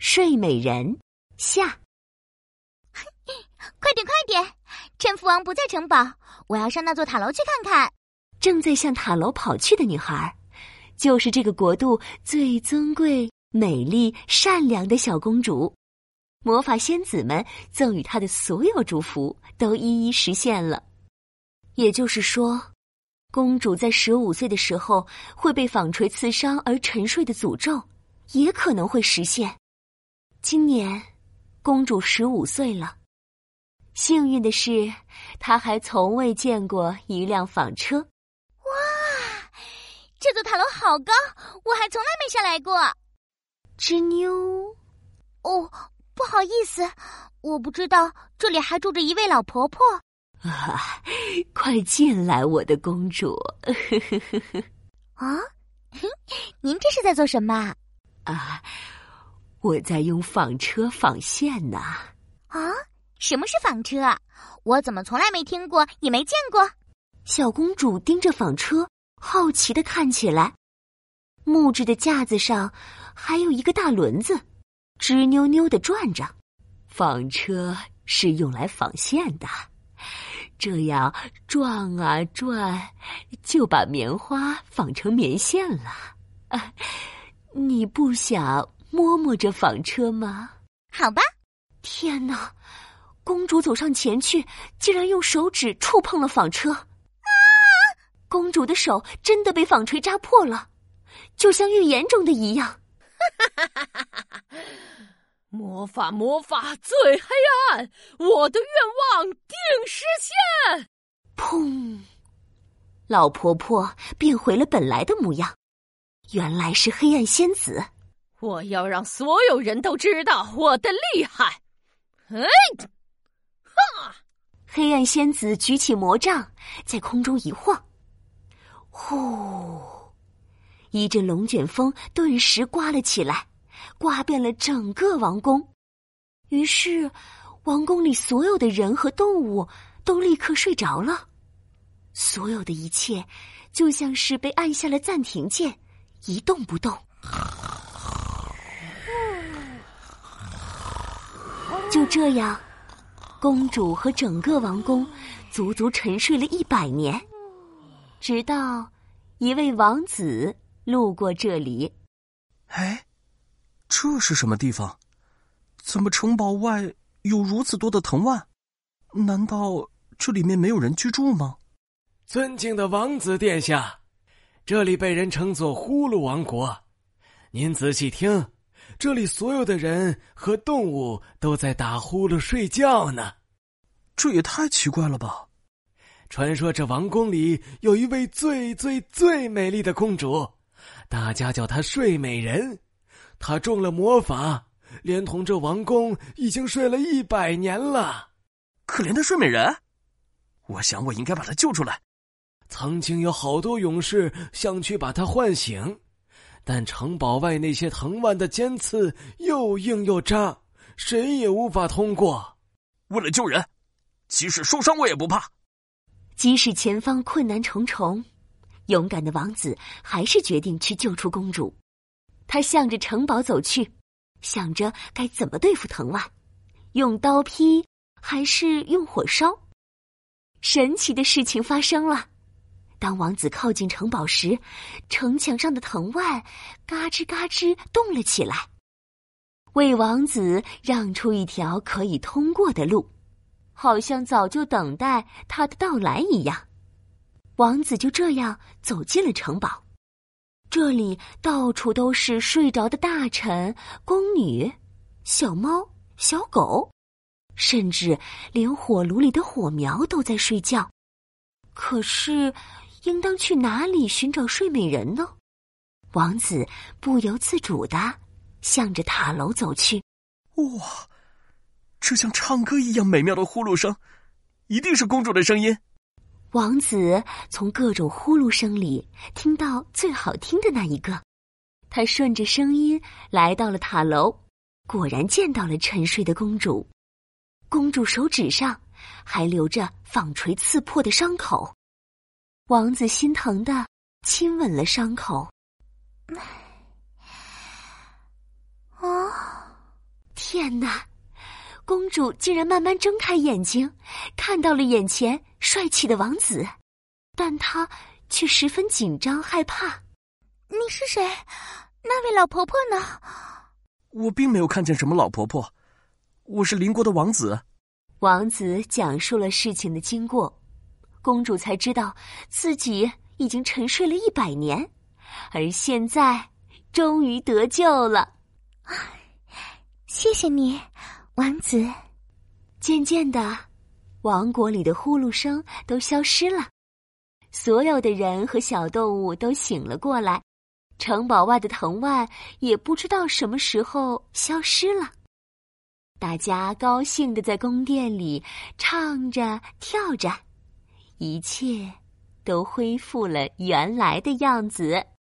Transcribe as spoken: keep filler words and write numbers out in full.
睡美人下。 快点快点，趁父王不在城堡，我要上那座塔楼去看看。 正在向塔楼跑去的女孩，就是这个国度最尊贵、美丽、善良的小公主。魔法仙子们赠予她的所有祝福都一一实现了。也就是说，公主在十五岁的时候会被纺锤刺伤而沉睡的诅咒，也可能会实现。今年，公主十五岁了。幸运的是，她还从未见过一辆纺车。 哇，这座塔楼好高，我还从来没上来过。 吱妞， 哦，不好意思，我不知道这里还住着一位老婆婆。 啊，快进来，我的公主。 啊，您这是在做什么？ 啊，我在用纺车纺线呢。 啊，什么是纺车？我怎么从来没听过，也没见过。 小公主盯着纺车，好奇地看起来。木质的架子上还有一个大轮子，吱扭扭地转着。纺车是用来纺线的，这样转啊转，就把棉花纺成棉线了。啊，你不想摸摸这纺车吗？ 好吧。 天哪！公主走上前去，竟然用手指触碰了纺车。啊！公主的手真的被纺锤扎破了，就像预言中的一样。 魔法魔法最黑暗，我的愿望定实现。 砰！老婆婆变回了本来的模样，原来是黑暗仙子。 我要让所有人都知道我的厉害。哎，哈！ 黑暗仙子举起魔杖，在空中一晃，呼！一阵龙卷风顿时刮了起来，刮遍了整个王宫。于是，王宫里所有的人和动物都立刻睡着了。所有的一切就像是被按下了暂停键，一动不动。就这样，公主和整个王宫足足沉睡了一百年，直到一位王子路过这里。 哎，这是什么地方？怎么城堡外有如此多的藤蔓？难道这里面没有人居住吗？ 尊敬的王子殿下，这里被人称作呼噜王国。您仔细听，这里所有的人和动物都在打呼噜睡觉呢。 这也太奇怪了吧！ 传说这王宫里有一位最最最美丽的公主，大家叫她睡美人。她中了魔法，连同这王宫已经睡了一百年了。 可怜的睡美人，我想我应该把她救出来。 曾经有好多勇士想去把她唤醒，但城堡外那些藤蔓的尖刺又硬又扎，谁也无法通过。 为了救人，即使受伤我也不怕。 即使前方困难重重，勇敢的王子还是决定去救出公主。他向着城堡走去，想着该怎么对付藤蔓，用刀劈还是用火烧。神奇的事情发生了。当王子靠近城堡时，城墙上的藤蔓嘎吱嘎吱动了起来，为王子让出一条可以通过的路，好像早就等待他的到来一样。王子就这样走进了城堡。这里到处都是睡着的大臣、宫女、小猫、小狗，甚至连火炉里的火苗都在睡觉。可是应当去哪里寻找睡美人呢？王子不由自主地向着塔楼走去。 哇，这像唱歌一样美妙的呼噜声，一定是公主的声音。 王子从各种呼噜声里听到最好听的那一个，他顺着声音来到了塔楼，果然见到了沉睡的公主。公主手指上还留着纺锤刺破的伤口，王子心疼地亲吻了伤口。 啊， 天哪！公主竟然慢慢睁开眼睛，看到了眼前帅气的王子，但她却十分紧张害怕。 你是谁？那位老婆婆呢？ 我并没有看见什么老婆婆，我是邻国的王子。 王子讲述了事情的经过，公主才知道自己已经沉睡了一百年，而现在终于得救了。 谢谢你，王子。 渐渐的，王国里的呼噜声都消失了，所有的人和小动物都醒了过来，城堡外的藤蔓也不知道什么时候消失了。大家高兴地在宫殿里唱着跳着，一切都恢复了原来的样子。